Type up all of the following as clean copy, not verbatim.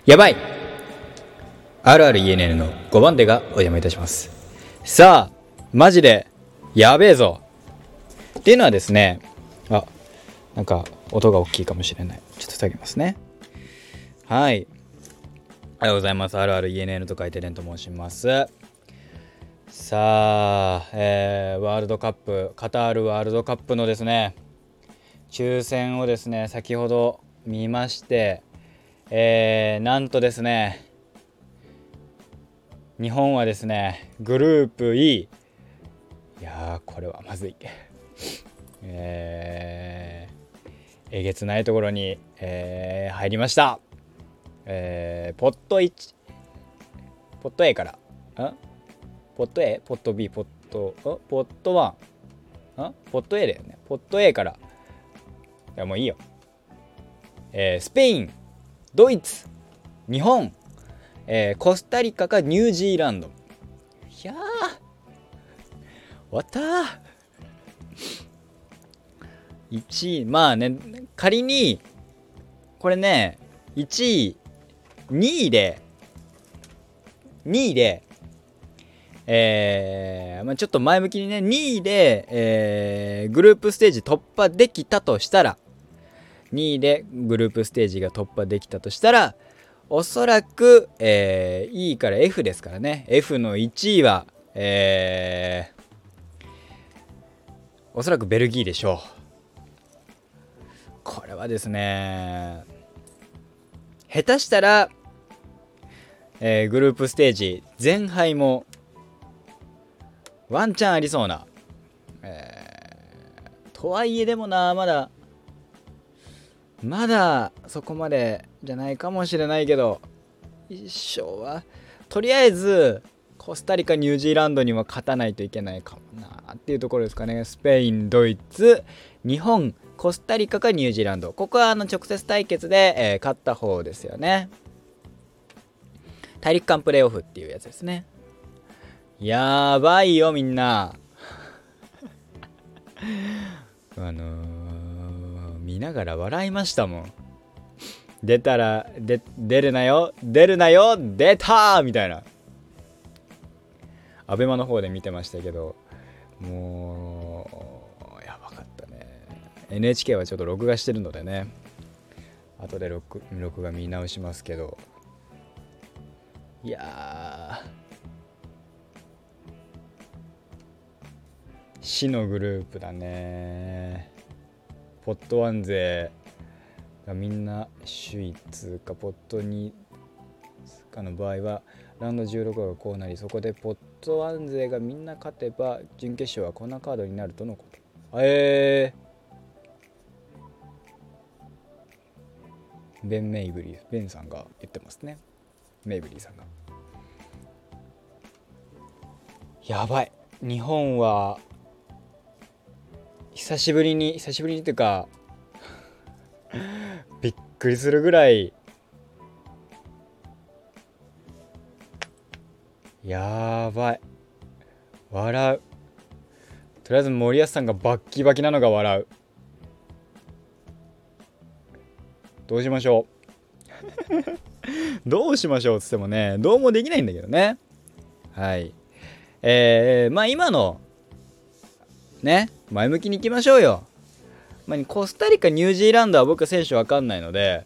やばい !RRENN の5番手がお邪魔いたします。さあ、マジで、やべえぞっていうのはですね、なんか音が大きいかもしれない。ちょっと下げますね。はい。おはようございます。RRENN と書いてレンと申します。さあ、ワールドカップ、カタールワールドカップのですね、抽選をですね、先ほど見まして、なんとですね、日本はですね、グループ E、いやーこれはまずい。えげつないところに、入りました。ポット1、ポット A から、ポット A、ポット B、ポット1、ポット A だよね。ポット A から、いやもういいよ。スペイン、ドイツ、日本、コスタリカかニュージーランド。いやー、終わったー。1位、まあね、仮にこれね、1位2位でまあ、ちょっと前向きにね、2位で、グループステージ突破できたとしたら、2位でグループステージが突破できたとしたら、おそらく、E から F ですからね。F の1位は、おそらくベルギーでしょう。これはですね、下手したら、グループステージ全敗もワンチャンありそうな、とはいえでもな、まだそこまでじゃないかもしれないけど、一勝はとりあえずコスタリカニュージーランドには勝たないといけないかもなっていうところですかね。スペイン、ドイツ、日本、コスタリカかニュージーランド、ここは直接対決で、勝った方ですよね。大陸間プレーオフっていうやつですね。やばいよみんな。見ながら笑いましたもん。出るなよ出たーみたいな。アベマの方で見てましたけど、もうやばかったね。 NHK はちょっと録画してるのでね、後で録画見直しますけど、いやー死のグループだね。ポット1勢がみんな首位通過、ポット2通過の場合はラウンド16がこうなり、そこでポット1勢がみんな勝てば準決勝はこんなカードになるとのこと。ベンさんが言ってますね。メイブリーさんが。やばい、日本は久しぶりにっていうかびっくりするぐらいやばい。笑う。とりあえず森保さんがバッキバキなのが笑う。どうしましょうどうしましょうっつってもね、どうもできないんだけどね。はい。まあ今のね、前向きにいきましょうよ。まあ、コスタリカニュージーランドは僕選手わかんないので、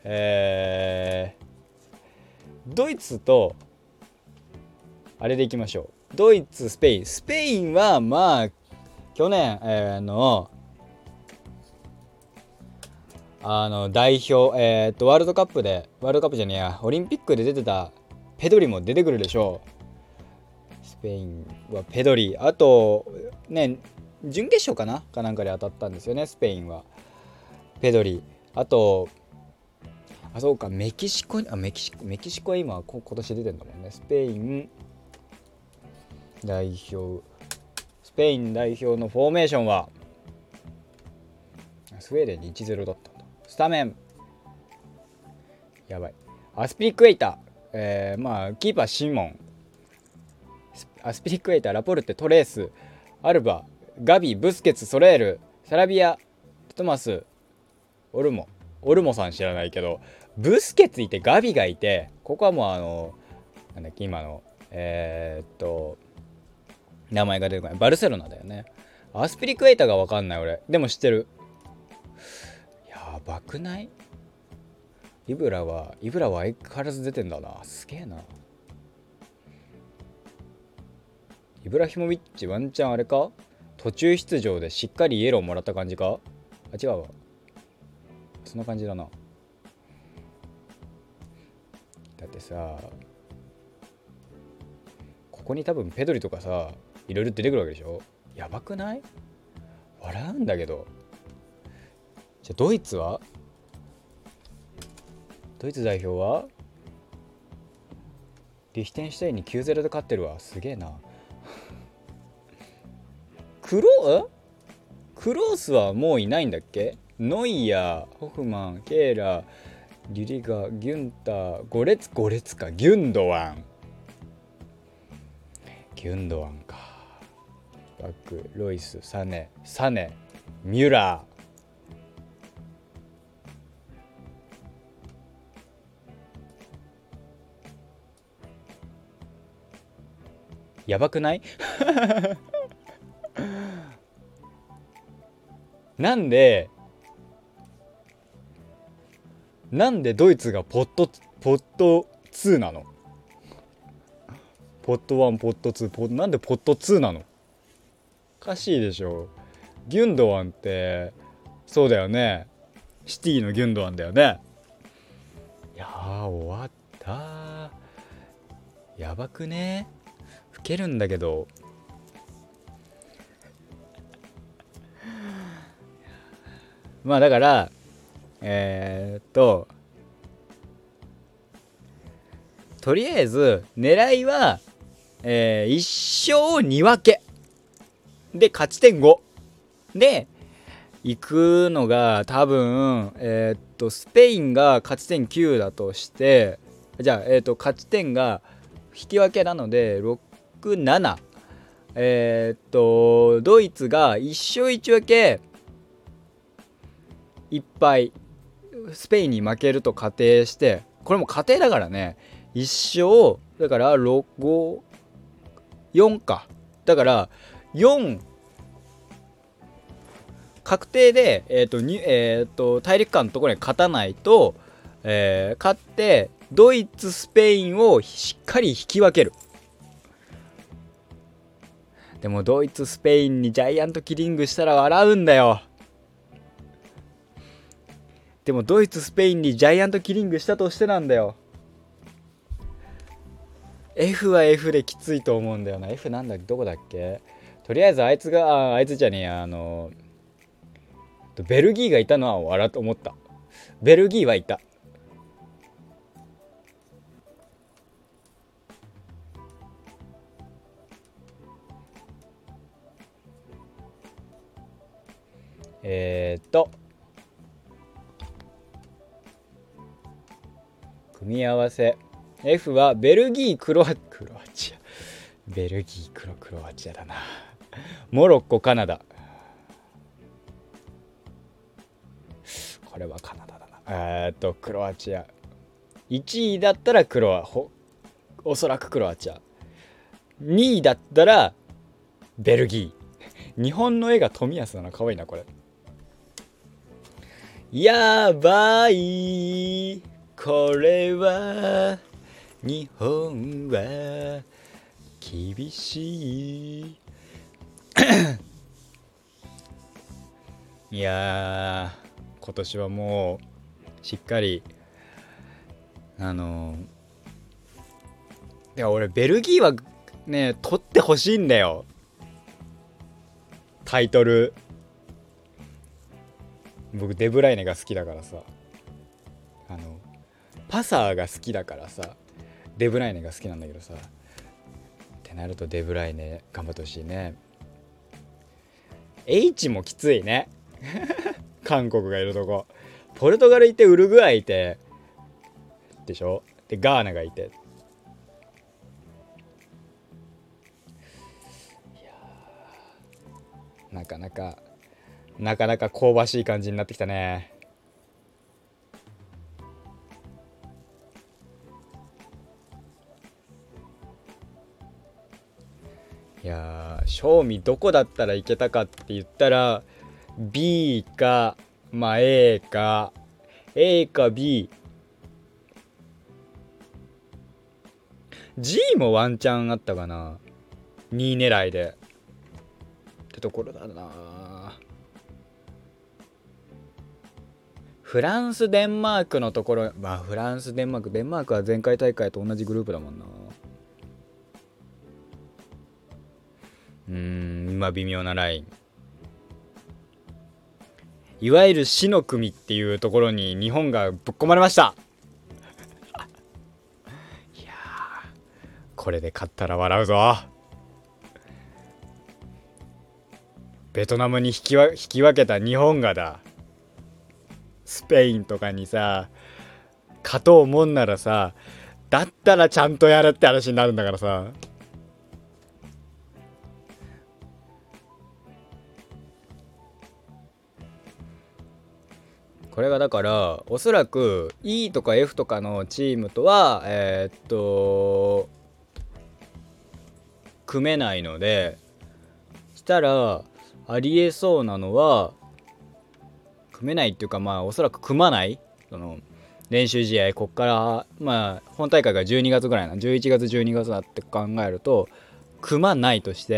ドイツとあれでいきましょう。ドイツ、スペインはまあ去年、の代表、ワールドカップじゃねえや、オリンピックで出てたペドリも出てくるでしょう。スペインはペドリ、あとね、準決勝かなんかで当たったんですよね。スペインはペドリ、あとそうか、メキシコは今今年出てんだもんね。スペイン代表のフォーメーションはスウェーデンに 1-0 だったんだ。スタメンやばい。アスピリクエイター、まあキーパーシモン、アスピリクエイター、ラポルテ、トレース、アルバ、ガビ、ブスケツ、ソレール、サラビア、トマス、オルモさん知らないけど、 ブスケツいてガビがいて、ここはもうなんだっけ今の名前が出てこない、バルセロナだよね。アスピリクエイタが分かんない俺。でも知ってる。やばくない？イブラは相変わらず出てんだな。すげえな。イブラヒモビッチワンチャンあれか、途中出場でしっかりイエローもらった感じか。あ、違うわ、そんな感じだな。だってさ、ここに多分ペドリとかさいろいろ出てくるわけでしょ。やばくない？笑うんだけど。じゃあドイツ代表はリヒテンシュタインに 9-0 で勝ってるわ。すげえな。クロースはもういないんだっけ。ノイヤー、ホフマン、ケーラー、リュリガー、ギュンター、ゴレツか、ギュンドワンか、バック、ロイス、サネ、ミュラー。やばくない？なんでドイツがポット2なの？ポット1ポット2なんでポット2なの？おかしいでしょ。ギュンドワンってそうだよね、シティのギュンドワンだよね。いやー終わった。やばくね？老けるんだけど。まあだからとりあえず狙いは、1勝2分けで勝ち点5で行くのが多分スペインが勝ち点9だとして、じゃあ勝ち点が引き分けなので6-7、ドイツが1勝1分け1敗スペインに負けると仮定して、これも仮定だからね、1勝だから4か、だから4確定で、大陸間のところに勝たないと、勝ってドイツスペインをしっかり引き分ける。でもドイツスペインにジャイアントキリングしたら笑うんだよ。でもドイツスペインにジャイアントキリングしたとしてなんだよ。F は F できついと思うんだよな。 F なんだっけ、どこだっけ。とりあえずあいつじゃねえや、ベルギーがいたのは笑と思った。ベルギーはいた。組み合わせ F はベルギークロアチア、ベルギークロアチアだな。モロッコカナダ、これはカナダだな。クロアチア1位だったらおそらくクロアチア、2位だったらベルギー。日本の絵が富安だな。可愛いなこれ。やばい、これは日本は厳しい。いやー今年はもうしっかりでも俺ベルギーはね取ってほしいんだよ、タイトル。僕デブライネが好きだからさ、パサーが好きだからさ、デブライネが好きなんだけどさ、ってなるとデブライネ頑張ってほしいね。 H もきついね。韓国がいるとこ、ポルトガルいてウルグアイいてでしょ、でガーナがいて、いやなかなか香ばしい感じになってきたね。 いやー、正味どこだったらいけたかって言ったら B かまあ A か B、 G もワンチャンあったかな、2位狙いでってところだな。フランスデンマークのところ、まあフランスデンマークは前回大会と同じグループだもんな。今微妙なライン。いわゆる死の組っていうところに日本がぶっ込まれました。いやー、これで勝ったら笑うぞ。ベトナムに引き分けた日本がだ、スペインとかにさ勝とうもんならさ、だったらちゃんとやれって話になるんだからさ。これがだからおそらく E とか F とかのチームとは組めないので、したらありえそうなのは、組めないっていうか、まあおそらく組まない、その練習試合、こっからまあ本大会が12月ぐらいな、11月12月だって考えると組まないとして、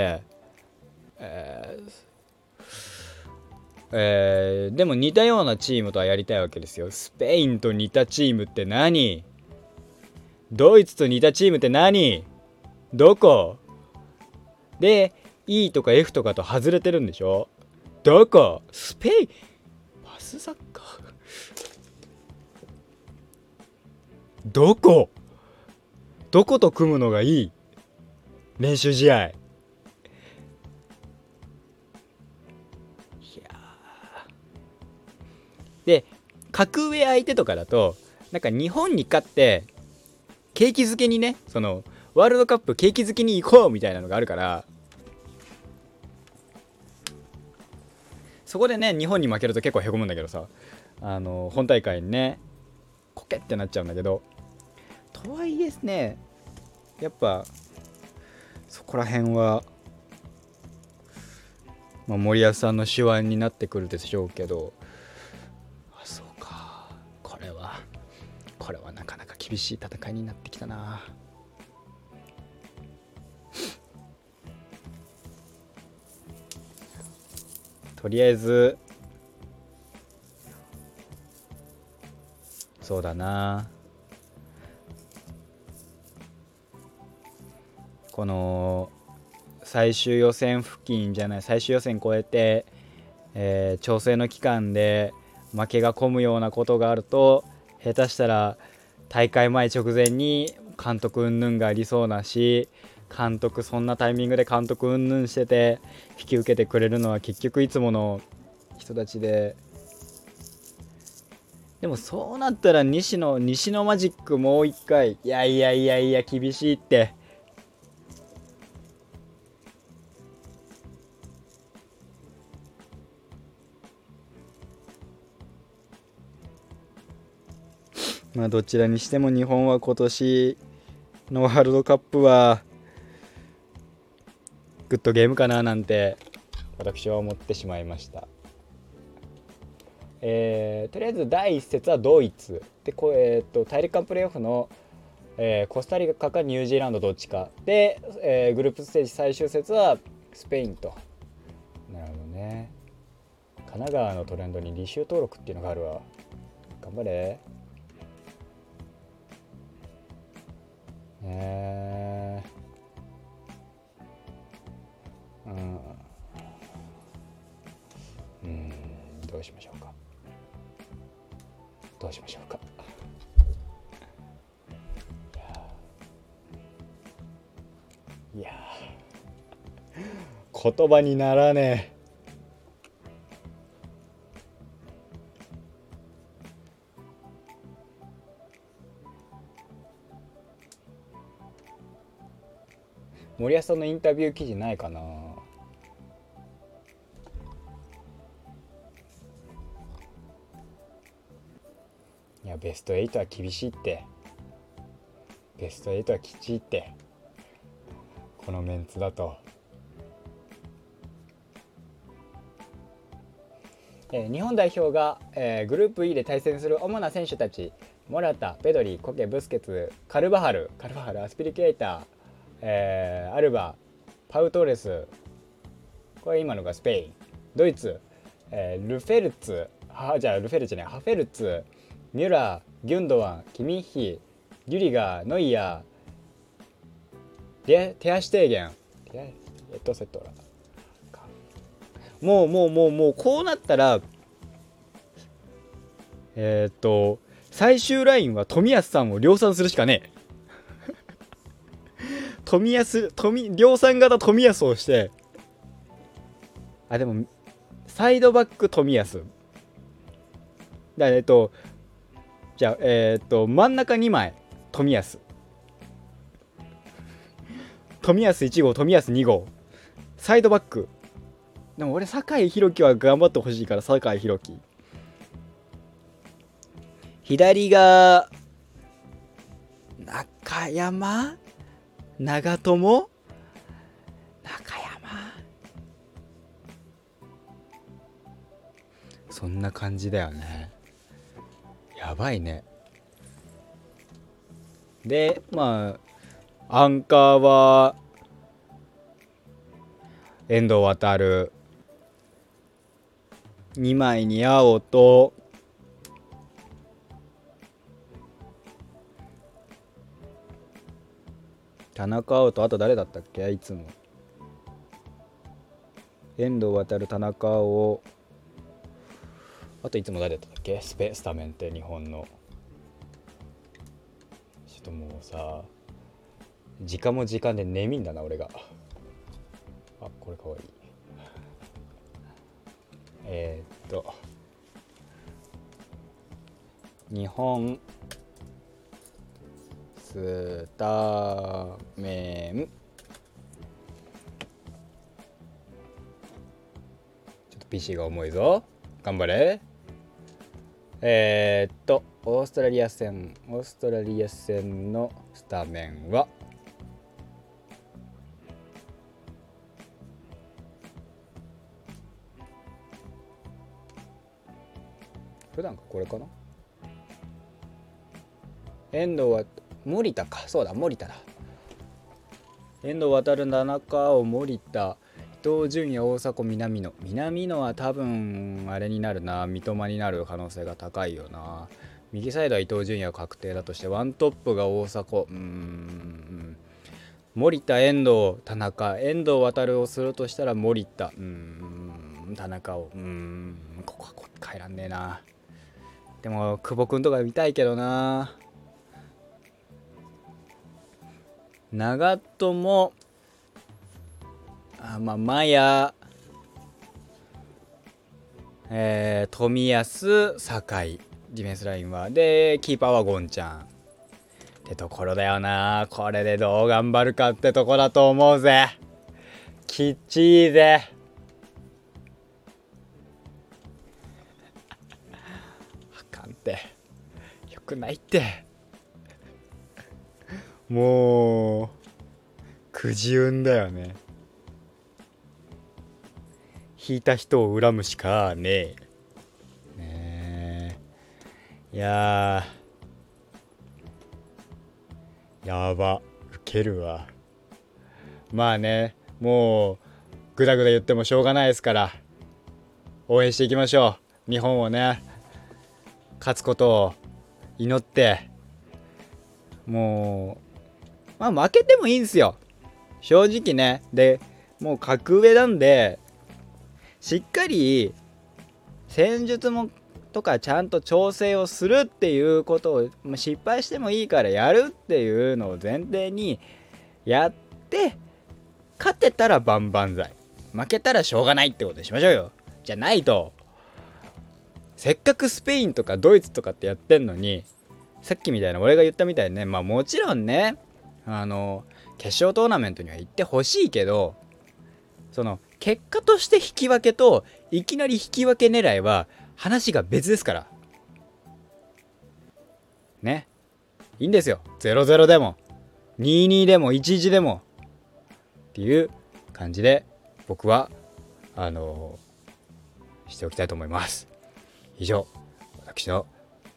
でも似たようなチームとはやりたいわけですよ。スペインと似たチームって何？ドイツと似たチームって何？どこで E とか F とかと外れてるんでしょ？どこ？スペインパスサッカーどこと組むのがいい？練習試合。で格上相手とかだとなんか日本に勝って景気づけにね、そのワールドカップ景気づけに行こうみたいなのがあるから、そこでね日本に負けると結構へこむんだけどさ、本大会にねコケってなっちゃうんだけど、とはいえね、やっぱそこら辺は、まあ、森保さんの手腕になってくるでしょうけど、そうか、これはなかなか厳しい戦いになってきたな。とりあえずそうだな、この最終予選付近じゃない、最終予選超えて、調整の期間で負けが込むようなことがあると、下手したら大会前直前に監督云々がありそうだし、監督そんなタイミングで監督云々してて引き受けてくれるのは結局いつもの人たちで、でもそうなったら西のマジックもう一回、いや厳しいって。まあどちらにしても日本は今年のワールドカップはグッドゲームかななんて私は思ってしまいました。とりあえず第1節はドイツで、大陸間プレーオフの、コスタリカかニュージーランドどっちかで、グループステージ最終節はスペインと。なるほどね。神奈川のトレンドに履修登録っていうのがあるわ。頑張れ。どうしましょうか。いや言葉にならねえ。森保さんのインタビュー記事ないかな。いやベスト8は厳しいって、ベスト8はきちいって、このメンツだと。 日本代表が、グループ E で対戦する主な選手たち、モラタ、ペドリ、コケ、ブスケツ、カルバハル、アスピリケーター、アルバ、パウトレス、これ今のがスペイン、ドイツ、ルフェルツ、ハフェルツ、ミュラー、ギュンドワン、キミッヒ、リュリガー、ノイヤー、テアシュテーゲン、セットラ。もうこうなったら最終ラインは冨安さんを量産するしかねえ。量産型冨安をして、でもサイドバック冨安だ、じゃあ真ん中2枚冨安1号冨安2号サイドバック。でも俺酒井宏樹は頑張ってほしいから、酒井宏樹。左が中山、長友、そんな感じだよね。やばいね。でまあアンカーは遠藤航、2枚に青と田中碧と、あと誰だったっけ、いつも遠藤航、田中碧、あといつも誰だったっけ、スタメンって日本の。ちょっともうさ、時間も時間で眠いんだな俺が。これかわいい。日本スタメン、ちょっと PC が重いぞ、頑張れ。オーストラリア戦のスタメンは普段かこれかな。遠藤は森田か、そうだ森田だ。遠藤航、田中碧、森田、伊東純也、大迫、南野は多分あれになるな、三笘になる可能性が高いよな。右サイドは伊東純也確定だとして、ワントップが大迫、森田、遠藤、田中、遠藤航をするとしたら森田、田中を、ここは変えらんねえな。でも久保くんとか見たいけどな。長友、マヤ、冨安、酒井、ディフェンスラインはで、キーパーはゴンちゃんってところだよな。これでどう頑張るかってとこだと思うぜ。きっちいぜ。あかんって、よくないって。もうくじ運だよね。引いた人を恨むしかねえ。ねえ、いややば、ウケるわ。まあね、もうグダグダ言ってもしょうがないですから、応援していきましょう。日本をね、勝つことを祈って。もう負けてもいいんですよ、正直ね。でもう格上なんで、しっかり戦術もとかちゃんと調整をするっていうことを、失敗してもいいからやるっていうのを前提にやって、勝てたら万々歳、負けたらしょうがないってことにしましょうよ。じゃないと、せっかくスペインとかドイツとかってやってんのに、さっきみたいな、俺が言ったみたいにね、もちろんね、決勝トーナメントには行ってほしいけど、その結果として引き分けといきなり引き分け狙いは話が別ですからね。いいんですよ、0-0でも 2-2 でも 1-1 でもっていう感じで、僕はしておきたいと思います。以上、私の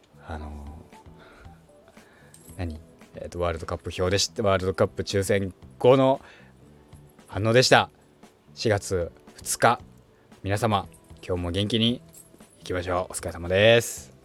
ワールドカップ表でした。ワールドカップ抽選後の反応でした。4月2日、皆様今日も元気にいきましょう。お疲れ様です。